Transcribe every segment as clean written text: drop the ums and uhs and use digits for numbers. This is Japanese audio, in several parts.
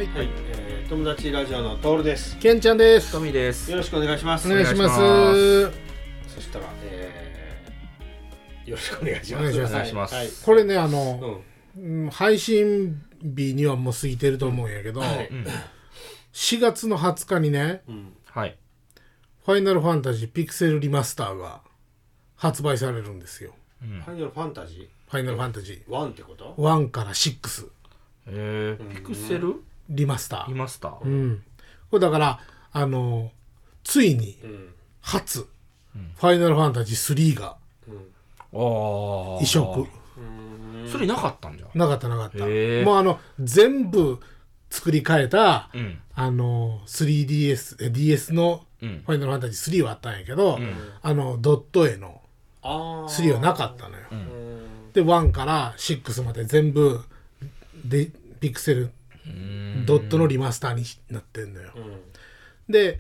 、友達ラジオのトールです。 ケンちゃんです。 トミーです。 よろしくお願いします。 お願いします。 そしたら、よろしくお願いします。 お願いします。 はい、 これね配信日にはもう過ぎてると思うんやけど、4月の20日にね、 はい、 ファイナルファンタジーピクセルリマスターが発売されるんですよ。 ファイナルファンタジー？ ファイナルファンタジー 1ってこと？ 1から6。 ピクセルリマスター。 リマスター。 これだからついに初、ファイナルファンタジー3が移植。 それなかったんじゃん。 なかった。もう全部作り変えた、3DS、DS のファイナルファンタジー3はあったんやけど、ドット絵の3はなかったのよ。で1から6まで全部でピクセルドットのリマスターになってんのよ。で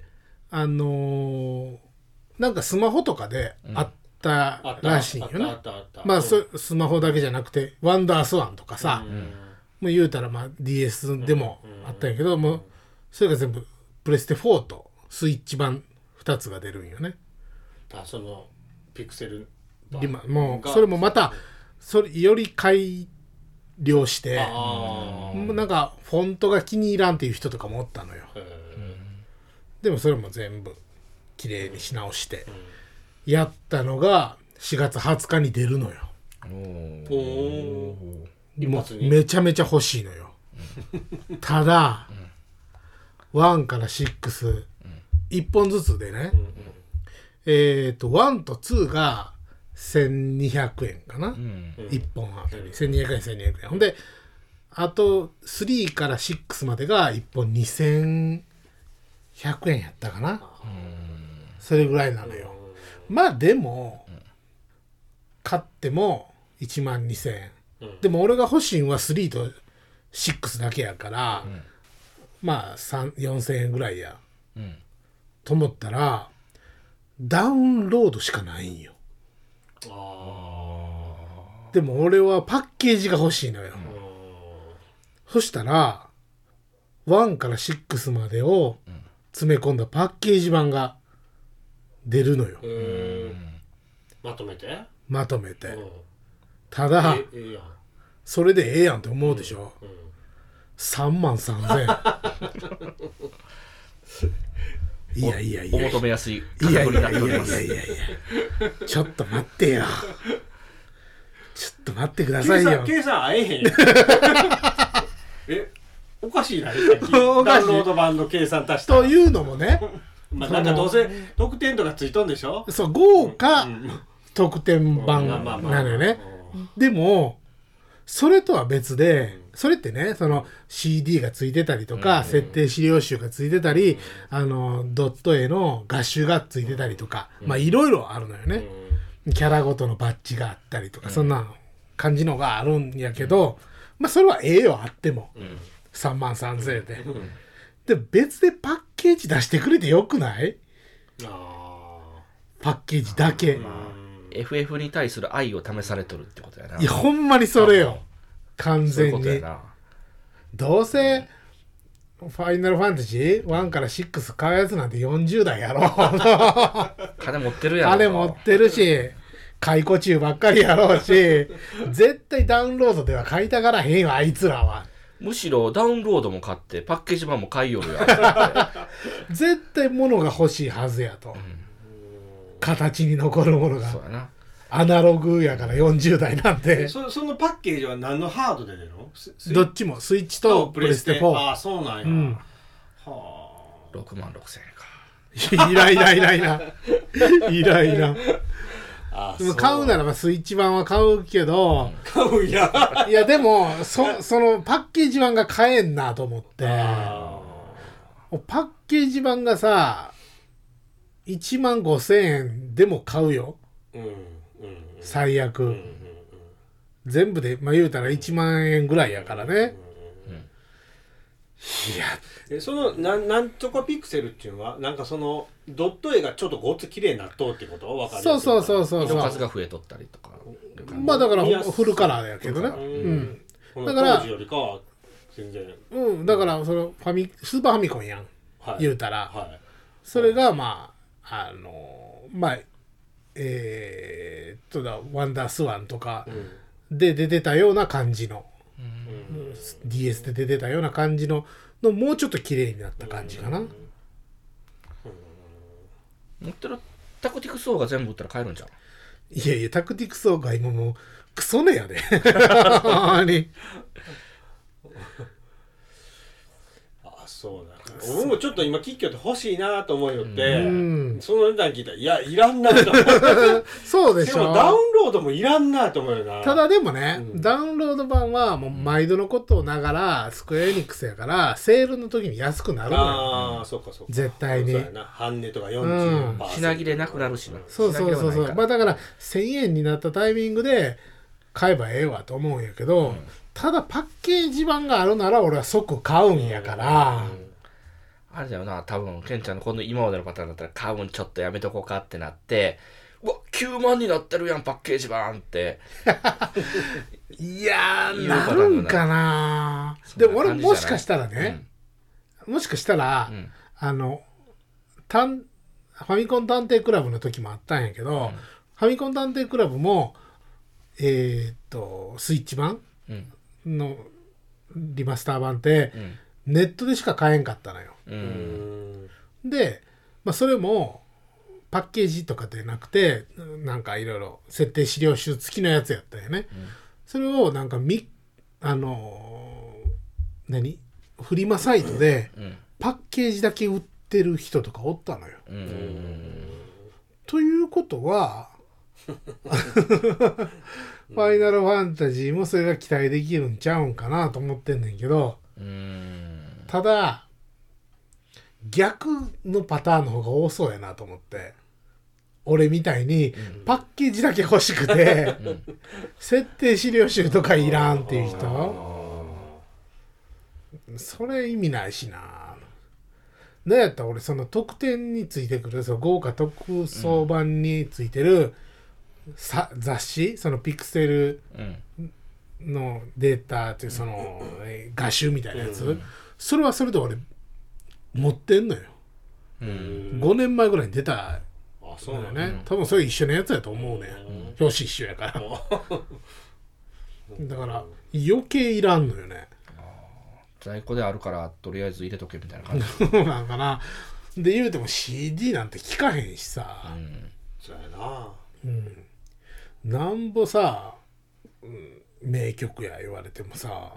なんかスマホとかであったらしいよね。まあスマホだけじゃなくてワンダースワンとかさ、もう言うたらDS でもあったんやけど、もうそれが全部プレステ4とスイッチ版2つが出るんよね。 そのピクセルもうそれもまたそれより改良して、なんかフォントが気に入らんっていう人とかもおったのよ。でもそれも全部きれいにし直してやったのが4月20日に出るのよ。もうめちゃめちゃ欲しいのよ。ただ、1から6、1本ずつでね、1と2が1200円かな、1本あたり1200円1200円ほんで、あと3から6までが1本2100円やったかな、それぐらいなのよ。まあでも買っても12000円、でも俺が欲しいのは3と6だけやから、まあ4000円ぐらいや、と思ったらダウンロードしかないんよ。でも俺はパッケージが欲しいのよ。そしたら1から6までを詰め込んだパッケージ版が出るのよ。 まとめてただ、それでええやんって思うでしょ。33,000円。いやお求めやすい価格になっております。 ちょっと待ってよ。ちょっと待ってくださいよ。 計算合えへんよ。おかしいな。ダウンロード版の計算足したというのもね、 なんかどうせ特典とかついとんでしょ。 そう、豪華特典版なのよね。でもそれとは別で、それってね、その CD がついてたりとか、設定資料集がついてたり、ドット絵の画集がついてたりとか、いろいろあるのよね。キャラごとのバッジがあったりとか、そんな感じのがあるんやけど、それはええよ、あっても。33,000円で。で、別でパッケージ出してくれてよくない？パッケージだけ。 FF に対する愛を試されとるってことやな。 いや、ほんまにそれよ。完全に。 そういうことやな。 どうせファイナルファンタジー1から6買うやつなんて40代やろ。 金持ってるやろ。 金持ってるし、解雇中ばっかりやろうし、絶対ダウンロードでは買いたがらへんよ、あいつらは。 むしろダウンロードも買ってパッケージ版も買いよるやん。 絶対物が欲しいはずやと、形に残るものが。 そうやな。 アナログやから40代なんて。 そのパッケージは何のハードで出るの？ どっちもスイッチとプレステ4。 そうなんや。 66,000円か。 いらいな。でも買うならばスイッチ版は買うけど、 買うんや。 いやでもそのパッケージ版が買えんなと思って、パッケージ版がさ15,000円でも買うよ。最悪、全部で言うたら1万円ぐらいやからね。 いや、そのなんとかピクセルっていうのはなんかそのドット絵がちょっとごっつ綺麗になっとうってこと？分かる？ そう色数が増えとったりとか。 だからフルカラーやけどね。 だから当時よりかは全然。 だからそのスーパーファミコンやん、 はい、 言うたら、 はい、 それがまあまあワンダースワンとかで出てたような感じの、DS で出てたような感じのもうちょっと綺麗になった感じかな。 持ってるタクティクスオーが全部売ったら買えるんじゃん。 いやいや、タクティクスオーが今もうクソねやでそうなんか俺もちょっと今キッキョって欲しいなと思いよって、その値段聞いたらいやいらんなとそうでしょ。 でもダウンロードもいらんなと思うよな。 ただでもね、ダウンロード版はもう毎度のことながらスクエアエニックスやからセールの時に安くなるのよ。 ああ、そうかそうか。 絶対に。 そうやな。半値とか 40%、 品切れなくなるしな。 そうまあだから1000円になったタイミングで買えばええわと思うんやけど、ただパッケージ版があるなら俺は即買うんやから、 あれだよな、多分ケンちゃんのこの今までのパターンだったら買うんちょっとやめとこうかってなって、うわ9万になってるやんパッケージ版っていやーなるんかな。でも俺もしかしたらね、もしかしたら、ファミコン探偵クラブの時もあったんやけど、ファミコン探偵クラブもスイッチ版のリマスター版って、ネットでしか買えんかったのよ。で、まあ、それもパッケージとかでなくてなんかいろいろ設定資料集付きのやつやったよね。それをなんかフリマサイトでパッケージだけ売ってる人とかおったのよ。ということはファイナルファンタジーもそれが期待できるんちゃうんかなと思ってんねんけど、ただ逆のパターンの方が多そうやなと思って、俺みたいにパッケージだけ欲しくて、設定資料集とかいらんっていう人、それ意味ないしな。なんやったら俺その特典についてくるその豪華特装版についてる雑誌、そのピクセルのデータっていうその画集みたいなやつ、それはそれで俺持ってんのよ。5年前ぐらいに出たんだよね。多分それ一緒のやつやと思うね。表紙一緒やからだから余計いらんのよね。 在庫であるからとりあえず入れとけみたいな感じなんかな。で言うても CD なんて聞かへんしさ、 そうやな、 なんぼさ、名曲や言われてもさ、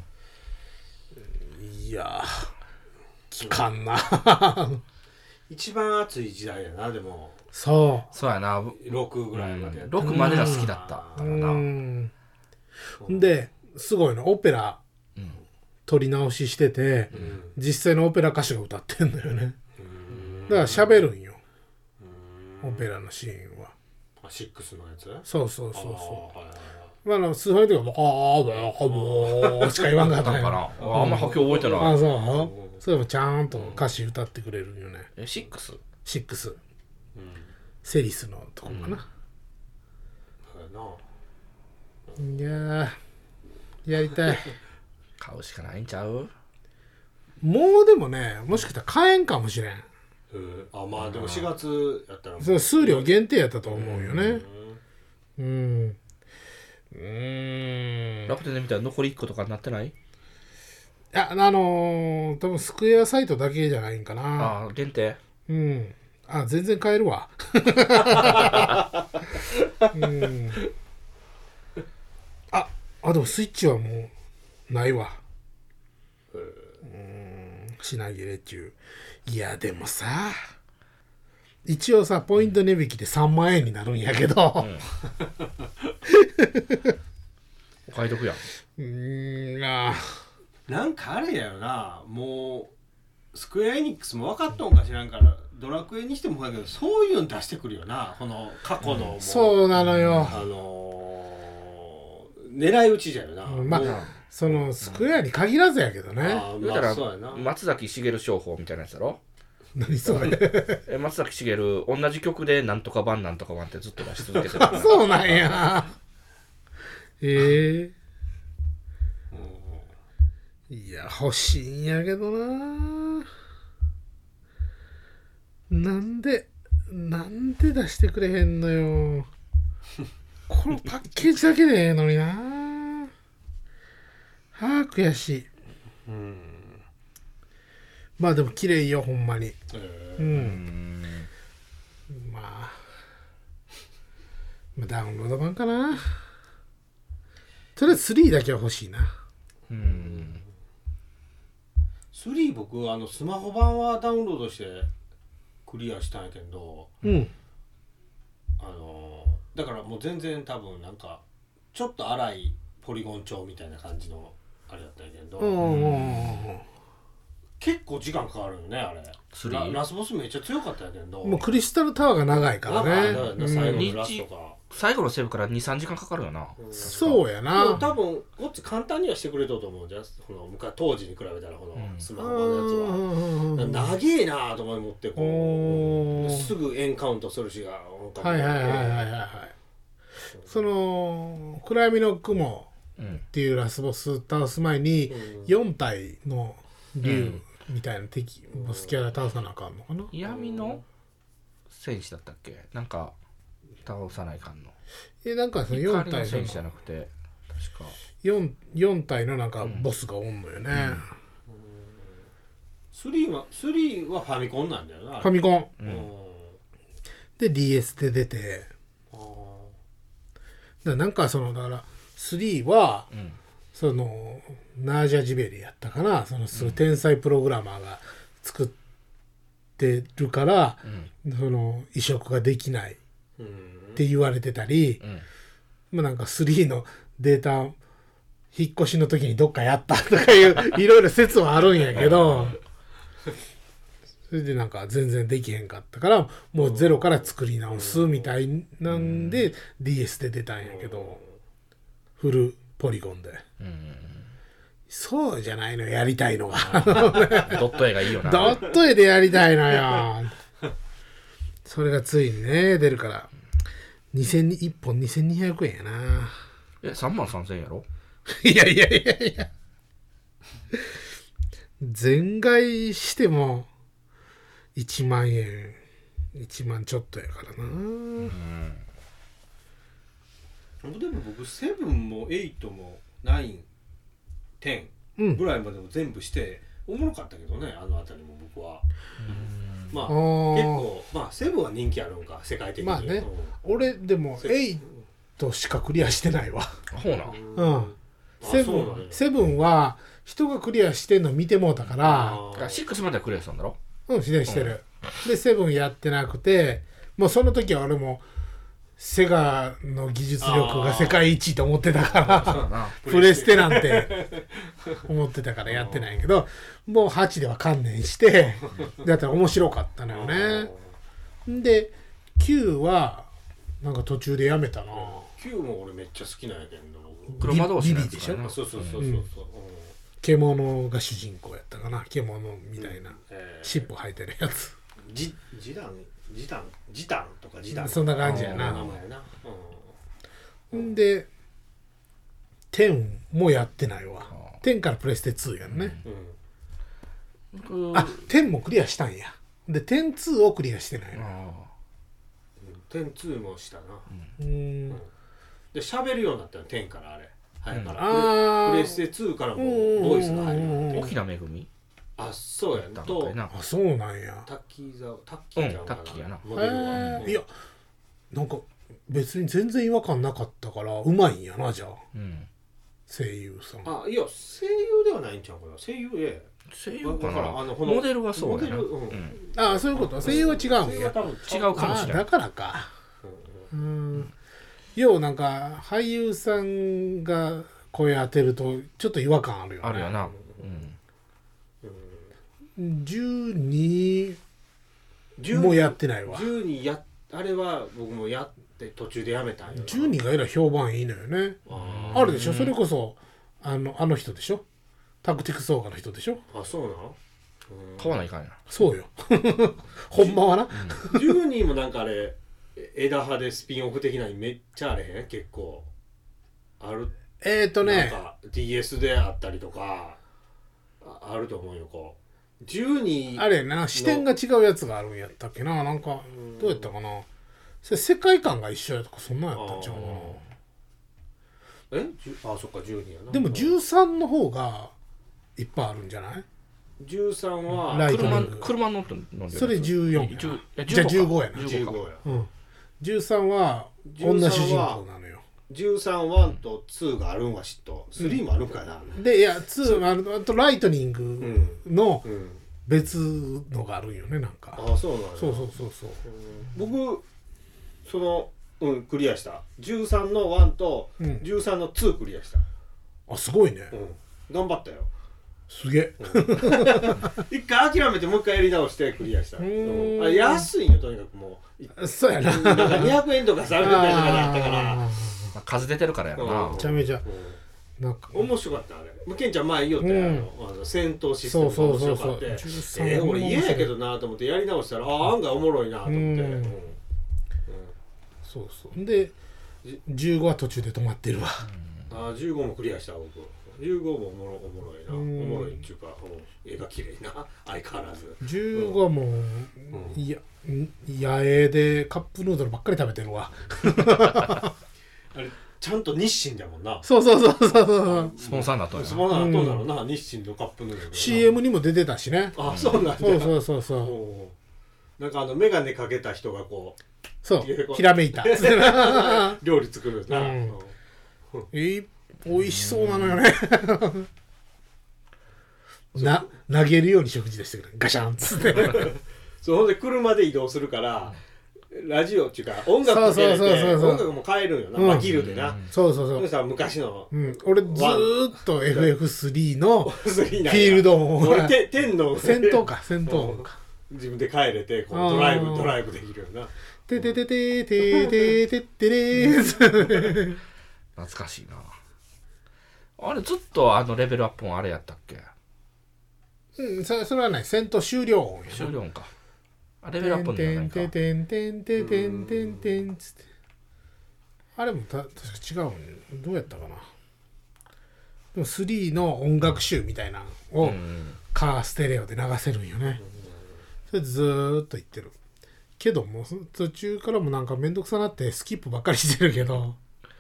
いや聞かんな一番熱い時代やな。でもそうやな、 6ぐらいまでやった、 6までが好きだったからな。 ですごいのオペラ撮り直ししてて、実際のオペラ歌手が歌ってんだよね。だから喋るんよ、オペラのシーンは。 6のやつ。 そうスーファミとかもしか言わんかったんやな。 あんまはっきり覚えてない。 それもちゃんと歌詞歌ってくれるんよね。 6？ セリスのとこかな。いややりたい買うしかないんちゃう。 もうでもね、もしかしたら買えんかもしれん。 まあでも4月やったらそれ数量限定やったと思うよね。 楽天で見たら残り1個とかになってない？ いや、多分スクエアサイトだけじゃないんかな。 限定？ 全然買えるわでもスイッチはもうないわ。品切れ中。いやでもさ、一応さポイント値引きで3万円になるんやけど、 お買い得やん。 なんかあれやよな、もうスクエアエニックスも分かっとんか知らんから、ドラクエにしてもそうだけど、そういうの出してくるよな、この過去のもそうなのよ。 狙い撃ちじゃよな。 そのスクエアに限らずやけどね。 言うたら松崎しげる商法みたいなやつだろ。 何それ松崎しげる同じ曲でなんとか版なんとか版ってずっと出し続けてるそうなんや。いいや欲しいんやけどな。なんで出してくれへんのよ。このパッケージだけでええのにな。はあ悔しい。まあでも綺麗よほんまに。まあダウンロード版かな。とりあえず3だけは欲しいな。 3僕スマホ版はダウンロードしてクリアしたんやけど、だからもう全然多分なんかちょっと荒いポリゴン調みたいな感じのあれだったんやけど、結構時間かかるよねあれ。ラスボスめっちゃ強かったんやけど、 もうクリスタルタワーが長いからね。 最後のラストか。 最後のセーブから 2,3 時間かかるよな。 そうやな。 多分こっち簡単にはしてくれと思うじゃん。当時に比べたらこのスマホ版のやつは長えなと思ってこうすぐエンカウントするしが。 その暗闇の雲っていうラスボス倒す前に4体の竜みたいな敵ボスキャラ倒さなあかんのかな。 闇の戦士だったっけ。なんか倒さないかんの。 なんかその4体の戦士じゃなくて確か 4体のなんかボスがおんのよね。 3はファミコンなんだよな。 ファミコン、で DS で出て、なんかだから3は、そのナージャジベリやったかな、その天才プログラマーが作ってるから、その移植ができないって言われてたり、まあなんか3のデータ引っ越しの時にどっかやったとかいういろいろ説はあるんやけど、それでなんか全然できへんかったからもうゼロから作り直すみたいなんで DS で出たんやけど、フルポリゴンで、そうじゃないのやりたいのがドット絵がいいよな。 ドット絵でやりたいのよ。それがついにね出るから1本2200円やな。 33,000円やろ。 いや全買いしても1万円1万ちょっとやからな。 でも僕7も8も9、10ぐらいまでも全部しておもろかったけどね、あの辺りも僕は。まあ結構7は人気あるんか世界的に。 まあね、俺でも8しかクリアしてないわ。 ほうな。 7は人がクリアしてんの見てもうたから 6まではクリアしたんだろ。 してる。で7やってなくて、もうその時は俺もセガの技術力が世界一と思ってたからプレステなんて思ってたからやってないけど、もう8では観念してだったら面白かったのよね。で9はなんか途中でやめたな。 9も俺めっちゃ好きなんやけど、 車同士のやつでしょ。 そう獣が主人公やったかな。獣みたいな尻尾生えてるやつ。 ジタンとかジタンそんな感じやな。 名前やな。 で10もやってないわ。10からプレステ2やんね。あ、10もクリアしたんや。で10-2をクリアしてないの。 10-2もしたな。で喋るようになったの10からあれ。はいからプレステ2からもボイスが入るようになって。 沖縄めぐみ。 あ、そうやんと。 あ、そうなんや。 タッキーちゃんかな。モデルは。 いや、なんか別に全然違和感なかったからうまいんやな、じゃあ。声優さん。 あ、いや声優ではないんちゃうかな。声優かな。モデルはそうやな。 あ、そういうこと。声優は違うんや。 違うかもしれない。 だからか。要なんか俳優さんが声当てるとちょっと違和感あるよね。 あるよな。 12もやってないわ。 12あれは僕もやって途中でやめたんよ。 12がえらい評判いいのよね。あるでしょ。それこそあの人でしょ。タクティクスオーガの人でしょ。 あ、そうなの。 買わないかんや。 そうよ。ほんまはな。 12もなんかあれ枝葉でスピンオフ的なにめっちゃあれへん結構ある。なんか DS であったりとかあると思うよ。こう12 あれやな、視点が違うやつがあるんやったっけな。なんかどうやったかな、それ世界観が一緒やとかそんなんやったんちゃうかな。 あそっか12やな。 でも13の方がいっぱいあるんじゃない？ 13はライトニング車乗ってんのそれ14やじゃあ 15やな。 15や。 13は女主人公なのよ。 13、1と2があるんは知っと3もあるんかな。 でいや2あとライトニングの別のがあるんよね、なんか。 あそうなんや。 そう、 僕そのクリアした13の1と13の2クリアした。 あすごいね。 頑張ったよ。 すげえ。 一回諦めてもう一回やり直してクリアした。安いんよとにかくもう。 そうやな。 なんか200円とか300円とかであったから。 数出てるからやろな。 めちゃめちゃなんか面白かったあれ。ケンちゃん前言おって戦闘システムが面白かって俺嫌やけどなと思ってやり直したら案外おもろいなと思って。 そうで15は途中で止まってるわ。 15もクリアした僕。15もおもろいな。おもろいっていうか絵が綺麗な相変わらず。 15も野営でカップヌードルばっかり食べてるわ。 あれちゃんと日清だもんな。 そうスポンサーになったんや。 スポンサーになったんだろうな、日清のカップヌードル。 CM にも出てたしね。 あ、そうなんだ。 そうなんか眼鏡かけた人がこうそうひらめいた料理作るな。 美味しそうなのよね。投げるように食事でしてくれガシャンっつって。 そうほんで車で移動するからラジオっていうか音楽かけれて音楽も変えるんよな、ギルでな。 そうそしたら昔の俺ずーっと FF3 のフィールドを俺天の戦闘か自分で帰れてこうドライブできるよな。 ててててててててれ懐かしいな。あれずっとレベルアップもあれやったっけ？ それはない戦闘終了音やな。 終了音か。レベルアップじゃないか。 てんてんてんてんてんてんつってあれも確か違うんどうやったかな。でも3の音楽集みたいなのをカーステレオで流せるんよね。それずーっと言ってるけども途中からもなんかめんどくさなってスキップばっかりしてるけど。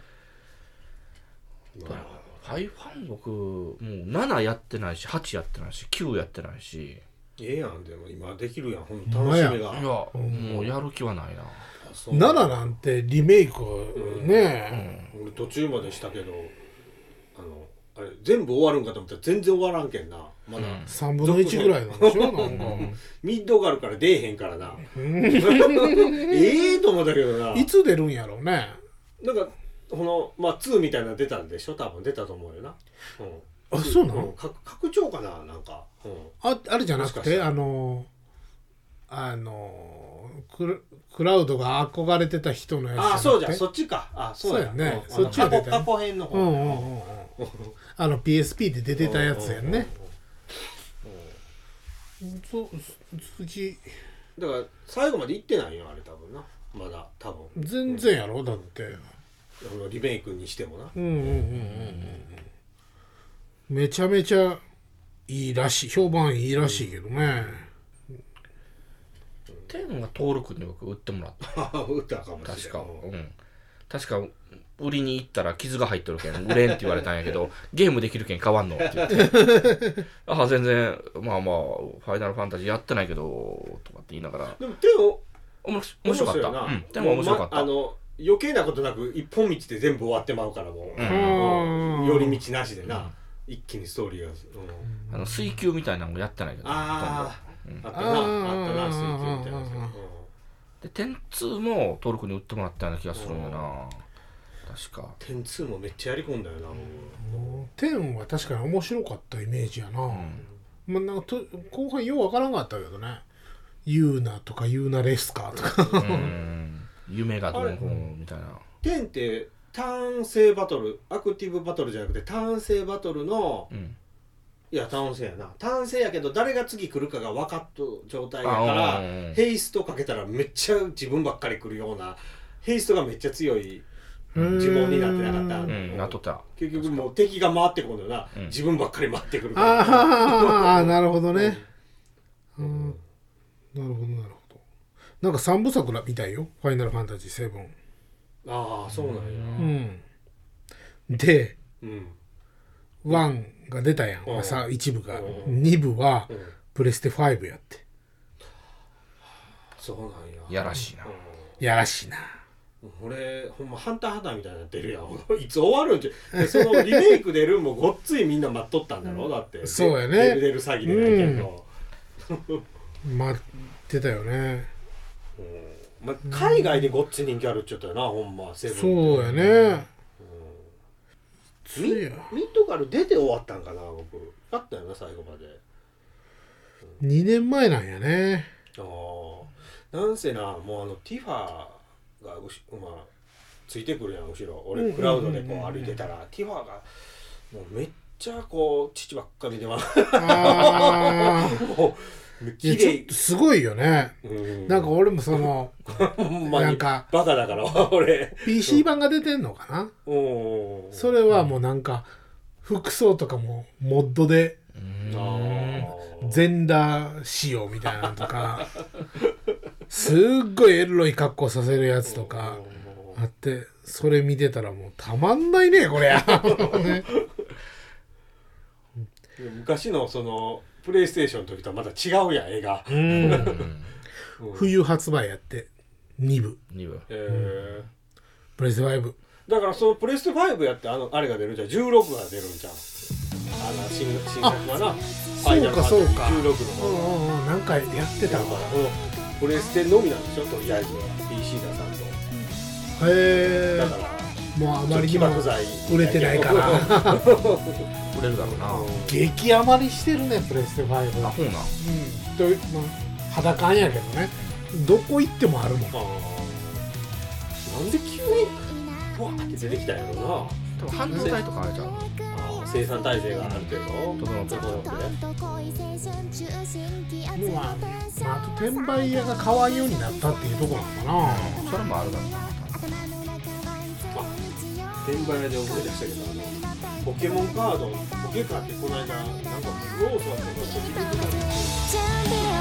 5僕もう7やってないし8やってないし9やってないし。 やんでも今できるやん。ほんと楽しみが。いやもうやる気はないな。 7なんてリメイクね俺途中までしたけどあれ全部終わるんかと思ったら全然終わらんけんな。まだ 3分の1ぐらいなんでしょ。なんかミッドがあるから出えへんからな。と思ったけどな。 いつ出るんやろうね。 なんか2みたいなの出たんでしょ。多分出たと思うよな。 あ、そうなの？ 拡張かななんか。 あれじゃなくてクラウドが憧れてた人のやつじゃなくて。 そうじゃんそっちか。そうやね。 そっちは出た過去編の方。 PSP で出てたやつやんね。次だから最後まで行ってないよあれ多分な。まだ多分全然やろだってリメイクにしてもな。 めちゃめちゃいいらしい評判いいらしいけどね。 10が登録に僕売ってもらった。 売ったかもしれない。 確か売りに行ったら傷が入っとるけん売れんって言われたんやけどゲームできるけん変わんのって言って全然まあファイナルファンタジーやってないけどとかって言いながら。 でも面白かった。でも面白かった。 余計なことなく一本道で全部終わってまうからもう寄り道なしでな一気にストーリーが水球みたいなのもやってないけどあったな水球みたいな。 で点2もトルクに売ってもらったような気がするんだな。確か点2もめっちゃやり込んだよな。 10は確かに面白かったイメージやな。なんか後半ようわからんかったけどね。ユーナとかユーナレスカーとか夢がどうみたいな。 10って単性バトルアクティブバトルじゃなくて単性バトルの、いや単性やな。単性やけど誰が次来るかが分かった状態だからヘイストかけたらめっちゃ自分ばっかり来るようなヘイストがめっちゃ強い自分になってなかった、 なっとった。 結局もう敵が回ってくるんだよな、自分ばっかり回ってくるから。 ああなるほどね、なるほどなるほど。なんか3部作みたいよ、ファイナルファンタジー7。 ああそうなんや。 で、1が出たやん、さ1部が、2部はプレステ5やって。 そうなんや。 やらしいな。 やらしいな。 俺ほんまハンターハンターみたいになってるやん。いつ終わるんじゃ。そのリメイク出るんもごっついみんな待っとったんだろ、だって。 そうやね。 出る詐欺でないけど。 待ってたよね。 海外でごっつい人気あるっちゃったよな、ほんま。 そうやね。 ミッドガル出て終わったんかな、僕。あったよな、最後まで。 2年前なんやね。 なんせな、もうティファがついてくるやん、後ろ。俺クラウドでこう歩いてたら、ティファがもうめっちゃこう父ばっか見てます。 綺麗。すごいよね。なんか俺もそのなんかバカだから俺 PC 版が出てんのかな。それはもうなんか服装とかもモッドで全裸仕様みたいなのとかすっごいエロい格好させるやつとかあって、それ見てたらもうたまんないねこれ。 昔のそのプレイステーションの時とはまた違うやん、絵が。 冬発売やって2部。プレステ5。 だからそのプレステ5やってあれが出るんじゃん、16が出るんじゃん。新作はな。 そうかそうか。 16のなんかやってたのかな。 プレステのみなんでしょ、とりあえずは PC ださんと。 へえ。 だからもうあまりにも売れてないから。 売れるだろうな。 激余りしてるねプレステ5。 あ、そうなん。 肌感やけどね、どこ行ってもあるもん。 なんで急にわって出てきたんやろな。 多分半導体とかあるじゃん。 生産体制がある程度整ってね。 あと転売屋が買わんようになったっていうところなのかな。 それもあるだろうな。 転売屋で思い出したけど、ポケモンカード、ポケカってこの間なんかローソンとかで出てたんですよ。